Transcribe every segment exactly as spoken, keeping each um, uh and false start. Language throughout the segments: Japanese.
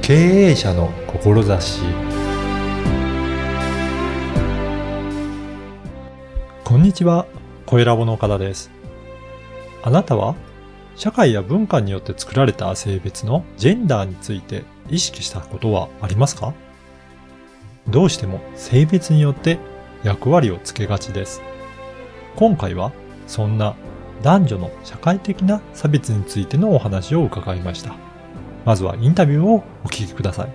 経営者の志。こんにちは、声ラボの岡田です。あなたは社会や文化によって作られた性別のジェンダーについて意識したことはありますか？どうしても性別によって役割をつけがちです。今回はそんな男女の社会的な差別についてのお話を伺いました。まずはインタビューをお聞きください。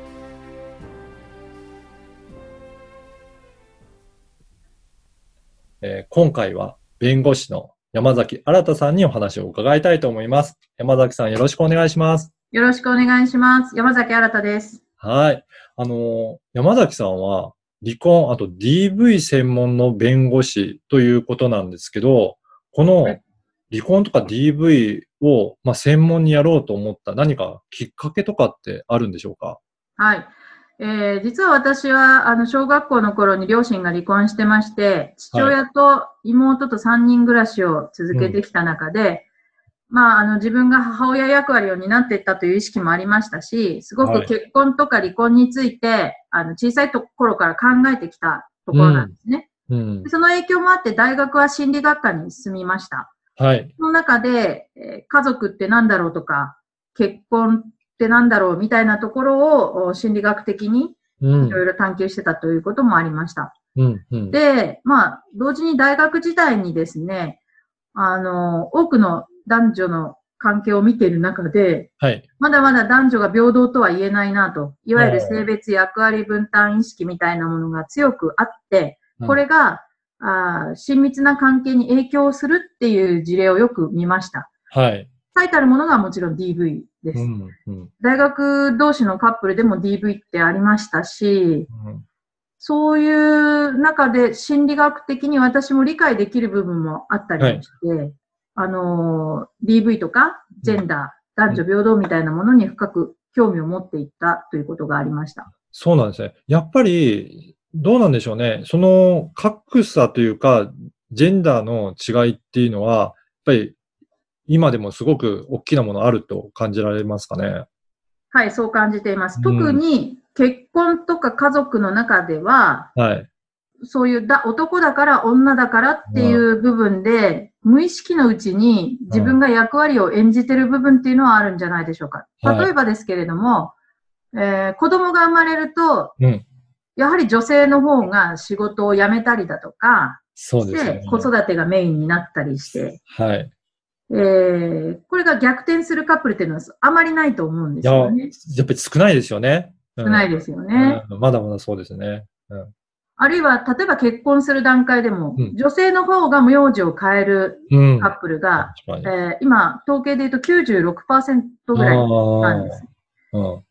えー、今回は弁護士の山崎新さんにお話を伺いたいと思います。山崎さん、よろしくお願いします。 よろしくお願いします。山崎新です。 はい。あのー、山崎さんは離婚、あと ディーブイ 専門の弁護士ということなんですけど、この離婚とか ディーブイ を、まあ、専門にやろうと思った何かきっかけとかってあるんでしょうか？ はい。えー、実は私はあの小学校の頃に両親が離婚してまして、父親と妹とさんにん暮らしを続けてきた中で、うん、まあ、あの自分が母親役割を担っていったという意識もありましたし、すごく結婚とか離婚について、はい、あの小さいところから考えてきたところなんですね。うんうん、その影響もあって大学は心理学科に進みました。はい。その中で、えー、家族って何だろうとか、結婚って何だろうみたいなところを心理学的にいろいろ探求してたということもありました。うんうん、で、まあ、同時に大学時代にですね、あの、多くの男女の関係を見ている中で、はい、まだまだ男女が平等とは言えないなと、いわゆる性別役割分担意識みたいなものが強くあって、これが、あ親密な関係に影響するっていう事例をよく見ました。はい。最たるものがもちろん ディーブイ です。うんうん、大学同士のカップルでも ディーブイ ってありましたし、うん、そういう中で心理学的に私も理解できる部分もあったりもして、はい、あの、ディーブイ とかジェンダー、男女平等みたいなものに深く興味を持っていったということがありました。 そうなんですね。やっぱり、どうなんでしょうね。その格差というか、ジェンダーの違いっていうのは、やっぱり今でもすごく大きなものあると感じられますかね。 はい、そう感じています。うん、特に結婚とか家族の中では、はい、そういうだ男だから女だからっていう部分で、うん、無意識のうちに自分が役割を演じている部分っていうのはあるんじゃないでしょうか。うん、例えばですけれども、はい、えー、子供が生まれると、うん、やはり女性の方が仕事を辞めたりだとか、そうですね、で子育てがメインになったりして、はい、えー、これが逆転するカップルっていうのはあまりないと思うんですよね。 いや、やっぱり少ないですよね。 少ないですよね。 うんうん、まだまだそうですね。うん、 あるいは、例えば結婚する段階でも、うん、女性の方が名字を変えるカップルが、うん、えー、今、統計で言うと きゅうじゅうろくパーセント ぐらいなんです。うん、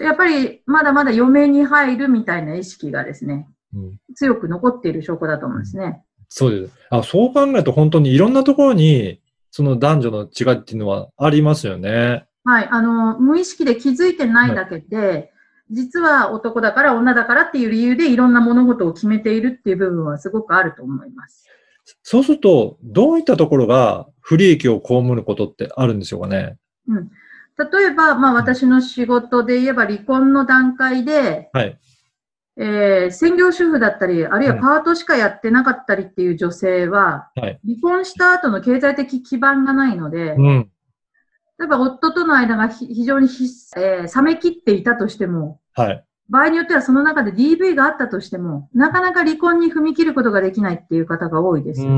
やっぱり、まだまだ嫁に入るみたいな意識がですね、うん、強く残っている証拠だと思うんですね。うん、 そうです。あ、そう考えると本当にいろんなところに、その男女の違いっていうのはありますよね。 はい。あの、無意識で気づいてないだけで、はい、実は男だから女だからっていう理由でいろんな物事を決めているっていう部分はすごくあると思います。 そうすると、どういったところが不利益を被ることってあるんでしょうかね。 うん。例えば、まあ私の仕事で言えば離婚の段階で、はい。えー、専業主婦だったり、あるいはパートしかやってなかったりっていう女性は、はい、離婚した後の経済的基盤がないので、うん、例えば夫との間が非常に、えー、冷め切っていたとしても、はい、場合によってはその中で ディーブイ があったとしても、なかなか離婚に踏み切ることができないっていう方が多いです。うん、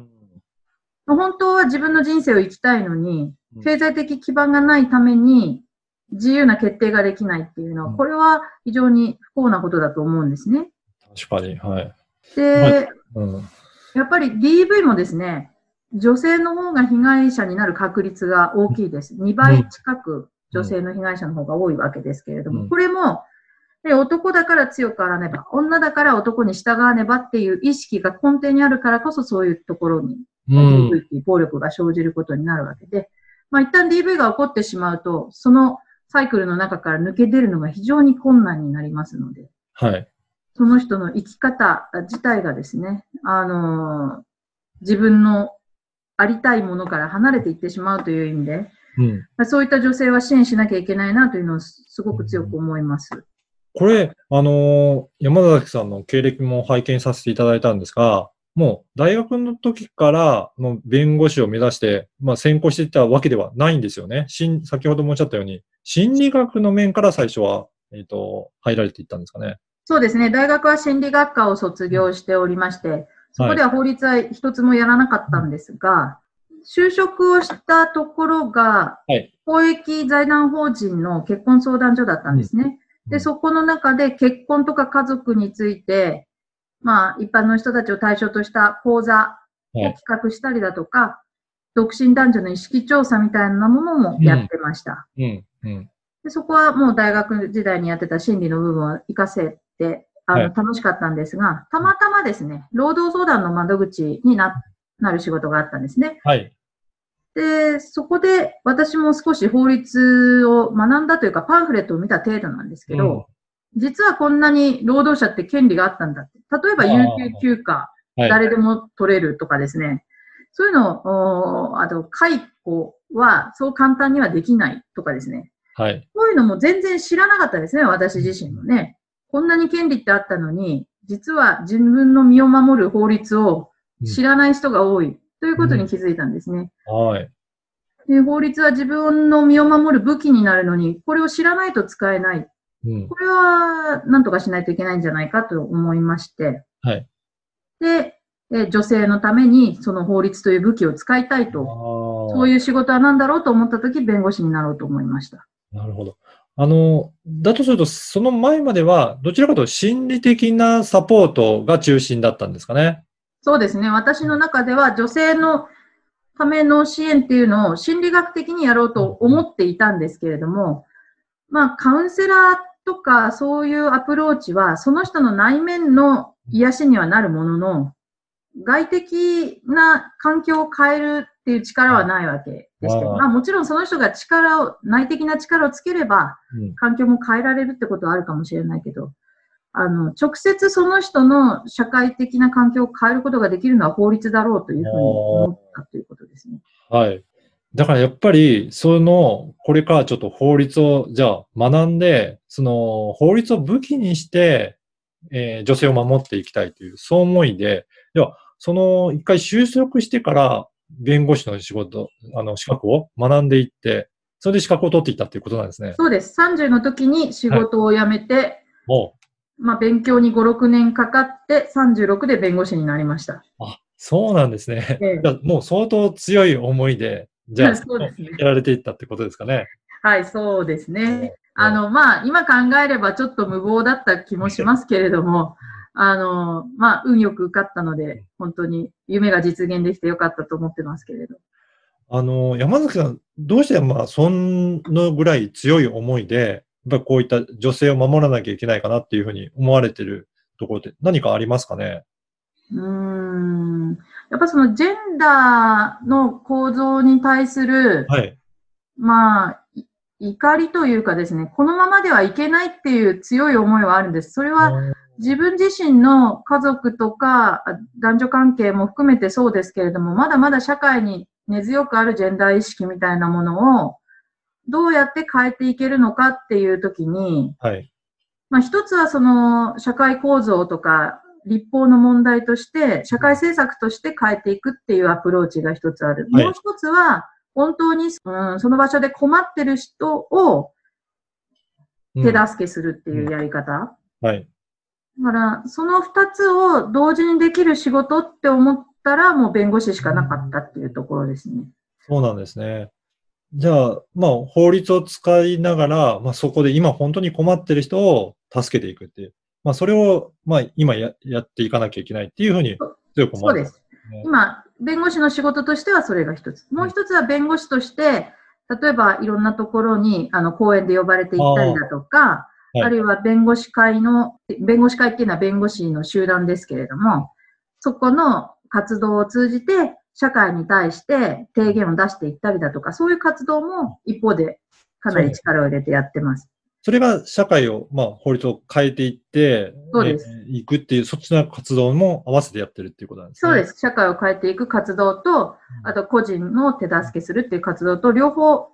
本当は自分の人生を生きたいのに、経済的基盤がないために、自由な決定ができないっていうのは、これは非常に不幸なことだと思うんですね。 確かに、はい。 で、うん、やっぱり ディーブイ もですね、女性の方が被害者になる確率が大きいです。にばい近く女性の被害者の方が多いわけですけれども、うん、これも、男だから強くあらねば、女だから男に従わねばっていう意識が根底にあるからこそそういうところに ディーブイ っていう暴力が生じることになるわけで、まあ一旦 ディーブイ が起こってしまうと、そのサイクルの中から抜け出るのが非常に困難になりますので、はい、その人の生き方自体がですね、あのー、自分のありたいものから離れていってしまうという意味で、 うん。 そういった女性は支援しなきゃいけないなというのをすごく強く思います。 これ、あのー山崎さんの経歴も拝見させていただいたんですが、もう大学の時からの弁護士を目指して、まあ、専攻していたわけではないんですよね。しん先ほどもおっしゃったように、心理学の面から最初は、えっと、入られていったんですかね。 そうですね。大学は心理学科を卒業しておりまして、そこでは法律は一つもやらなかったんですが、就職をしたところが、 はい。 公益財団法人の結婚相談所だったんですね。で、そこの中で結婚とか家族について、まあ、一般の人たちを対象とした講座を企画したりだとか、はい、独身男女の意識調査みたいなものもやってました。 うんうんうん、 でそこはもう大学時代にやってた心理の部分を活かせて、あの、はい、楽しかったんですが、たまたまですね、労働相談の窓口にな、なる仕事があったんですね。 はい。 で、そこで私も少し法律を学んだというか、パンフレットを見た程度なんですけど、うん、実はこんなに労働者って権利があったんだって。例えば、有給休暇、誰でも取れるとかですね。はい、そういうのを、あと、解雇はそう簡単にはできないとかですね。 はい。 そういうのも全然知らなかったですね、私自身もね。こんなに権利ってあったのに、実は自分の身を守る法律を知らない人が多いということに気づいたんですね。 うん、はい。 で、法律は自分の身を守る武器になるのに、これを知らないと使えない。うん、これは何とかしないといけないんじゃないかと思いまして。 はい。 で、え女性のためにその法律という武器を使いたいと、そういう仕事は何だろうと思ったとき、弁護士になろうと思いました。 なるほど。あの、だとすると、その前までは、どちらかというと心理的なサポートが中心だったんですかね。 そうですね。私の中では女性のための支援っていうのを心理学的にやろうと思っていたんですけれども、まあ、カウンセラーとかそういうアプローチは、その人の内面の癒しにはなるものの、外的な環境を変えるっていう力はないわけですけど、まあもちろんその人が力を、内的な力をつければ、環境も変えられるってことはあるかもしれないけど、あの、直接その人の社会的な環境を変えることができるのは法律だろうというふうに思ったということですね。 はい。だからやっぱり、その、これからちょっと法律を、じゃあ学んで、その、法律を武器にして、えー、女性を守っていきたいという、そう思いで、では、その、一回就職してから、弁護士の仕事、あの、資格を学んでいって、それで資格を取っていったということなんですね。 そうです。さんじゅうの時に仕事を辞めて、はい、まあ、勉強にご、ろくねんかかって、さんじゅうろくで弁護士になりました。 あ、そうなんですね。ええ、もう相当強い思いで、じゃあ、そうですね。やられていったってことですかね。 はい、そうですね。あの、まあ、今考えればちょっと無謀だった気もしますけれども、あの、まあ、運よく受かったので、本当に夢が実現できてよかったと思ってますけれど。 あの、山崎さん、どうしてまあ、そんなぐらい強い思いで、やっぱこういった女性を守らなきゃいけないかなっていうふうに思われてるところって何かありますかね？ うーん。やっぱそのジェンダーの構造に対する、はい、まあ、怒りというかですね、このままではいけないっていう強い思いはあるんです。それは自分自身の家族とか男女関係も含めてそうですけれども、まだまだ社会に根強くあるジェンダー意識みたいなものをどうやって変えていけるのかっていうときに、はい、まあ一つはその社会構造とか立法の問題として社会政策として変えていくっていうアプローチが一つある。はい、もう一つは本当に、うん、その場所で困ってる人を手助けするっていうやり方。うんうん、はい。だから、その二つを同時にできる仕事って思ったら、もう弁護士しかなかったっていうところですね。 そうなんですね。じゃあ、まあ、法律を使いながら、まあ、そこで今本当に困ってる人を助けていくっていう。まあ、それを、まあ、今ややっていかなきゃいけないっていうふうに強く思われてます、 ね。そうです。今、弁護士の仕事としてはそれが一つ。もう一つは弁護士として、例えばいろんなところに、あの、講演で呼ばれていったりだとか、あ,、はい、あるいは弁護士会の、弁護士会っていうのは弁護士の集団ですけれども、そこの活動を通じて、社会に対して提言を出していったりだとか、そういう活動も一方でかなり力を入れてやってます。 それが社会を、まあ、法律を変えていって、 そうです。 えー、いくっていう、そっちの活動も合わせてやってるっていうことなんですね。 そうです。社会を変えていく活動と、あと個人の手助けするっていう活動と、両方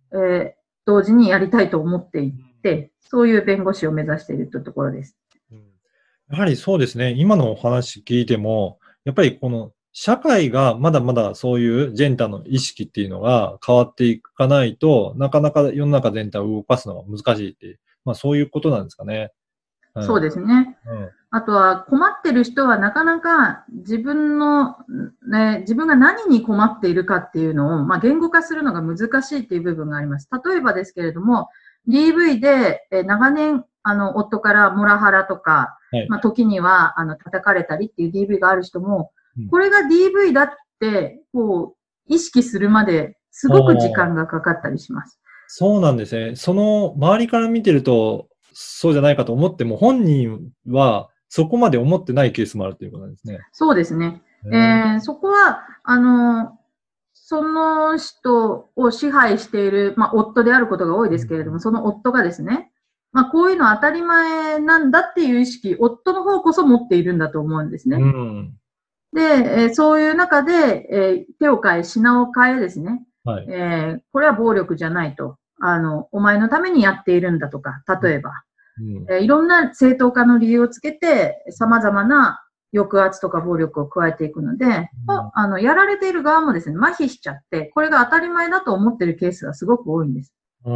えー、同時にやりたいと思っていて、そういう弁護士を目指しているというところです。 やはりそうですね。今のお話聞いても、やっぱりこの社会がまだまだそういうジェンダーの意識っていうのが変わっていかないと、なかなか世の中全体を動かすのが難しいって、まあそういうことなんですかね。 うん、そうですね。うん、あとは困ってる人はなかなか自分の、ね、自分が何に困っているかっていうのを、まあ、言語化するのが難しいっていう部分があります。例えばですけれども、ディーブイ でえ長年あの夫からモラハラとか、はい、まあ、時にはあの叩かれたりっていう ディーブイ がある人も、うん、これが ディーブイ だってこう意識するまですごく時間がかかったりします。 そうなんですね。その周りから見てるとそうじゃないかと思っても、本人はそこまで思ってないケースもあるということなんですね。 そうですね。えー、そこは、あの、その人を支配している、まあ、夫であることが多いですけれども、その夫がですね、まあ、こういうのは当たり前なんだっていう意識、夫の方こそ持っているんだと思うんですね。うん、で、えー、そういう中で、えー、手を変え、品を変えですね、はい、えー、これは暴力じゃないと。あの、お前のためにやっているんだとか、例えば。うんえー、いろんな正当化の理由をつけて、様々な抑圧とか暴力を加えていくので、うん、あの、やられている側もですね、麻痺しちゃって、これが当たり前だと思っているケースがすごく多いんです。うん、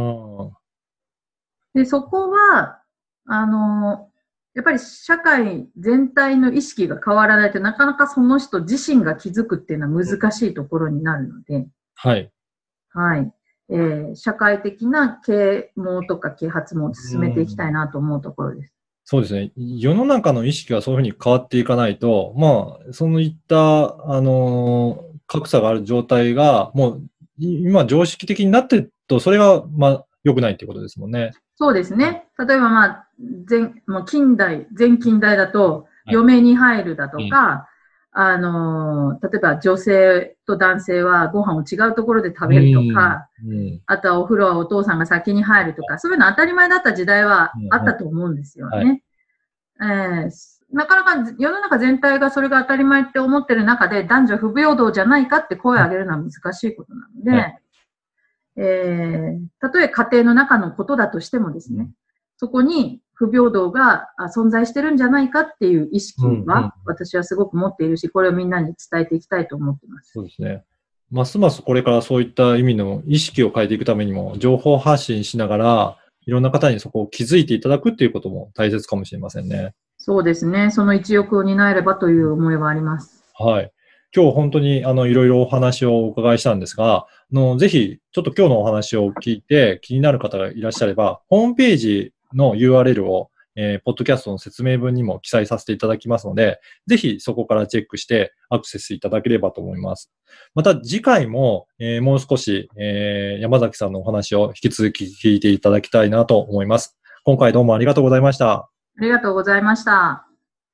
で、そこは、あの、やっぱり社会全体の意識が変わらないとなかなかその人自身が気づくっていうのは難しいところになるので、 はい。 はい。えー、社会的な啓蒙とか啓発も進めていきたいなと思うところです。 そうですね。世の中の意識がそういうふうに変わっていかないと、まあ、そういった、あのー、格差がある状態が、もう、今常識的になってると、それが、まあ、良くないっていうことですもんね。 そうですね。例えば、まあ、前、もう近代、前近代だと、嫁に入るだとか、はいあの、例えば女性と男性はご飯を違うところで食べるとか、うんうん、あとはお風呂はお父さんが先に入るとか、そういうの当たり前だった時代はあったと思うんですよね。うんはいえー、なかなか世の中全体がそれが当たり前って思ってる中で男女不平等じゃないかって声を上げるのは難しいことなので、はいえー、たとえ家庭の中のことだとしてもですね、そこに不平等が存在してるんじゃないかっていう意識は私はすごく持っているし、これをみんなに伝えていきたいと思っています。 そうですね。ますますこれからそういった意味の意識を変えていくためにも、情報発信しながら、いろんな方にそこを気づいていただくっていうことも大切かもしれませんね。 そうですね。その一翼を担えればという思いはあります。 はい。今日本当にあのいろいろお話をお伺いしたんですが、あのぜひちょっと今日のお話を聞いて気になる方がいらっしゃれば、ホームページの ユーアールエル を、えー、ポッドキャストの説明文にも記載させていただきますので、ぜひそこからチェックしてアクセスいただければと思います。また次回も、えー、もう少し、えー、山崎さんのお話を引き続き聞いていただきたいなと思います。今回どうもありがとうございました。 ありがとうございました。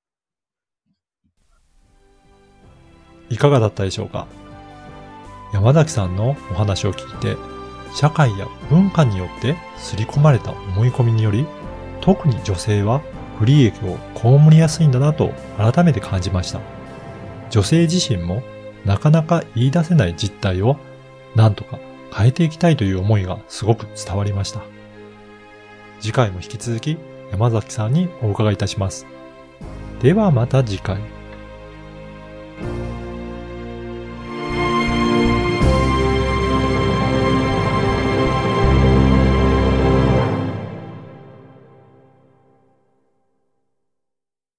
いかがだったでしょうか。山崎さんのお話を聞いて、社会や文化によって刷り込まれた思い込みにより、特に女性は不利益を被りやすいんだなと改めて感じました。女性自身もなかなか言い出せない実態をなんとか変えていきたいという思いがすごく伝わりました。次回も引き続き山崎さんにお伺いいたします。ではまた次回。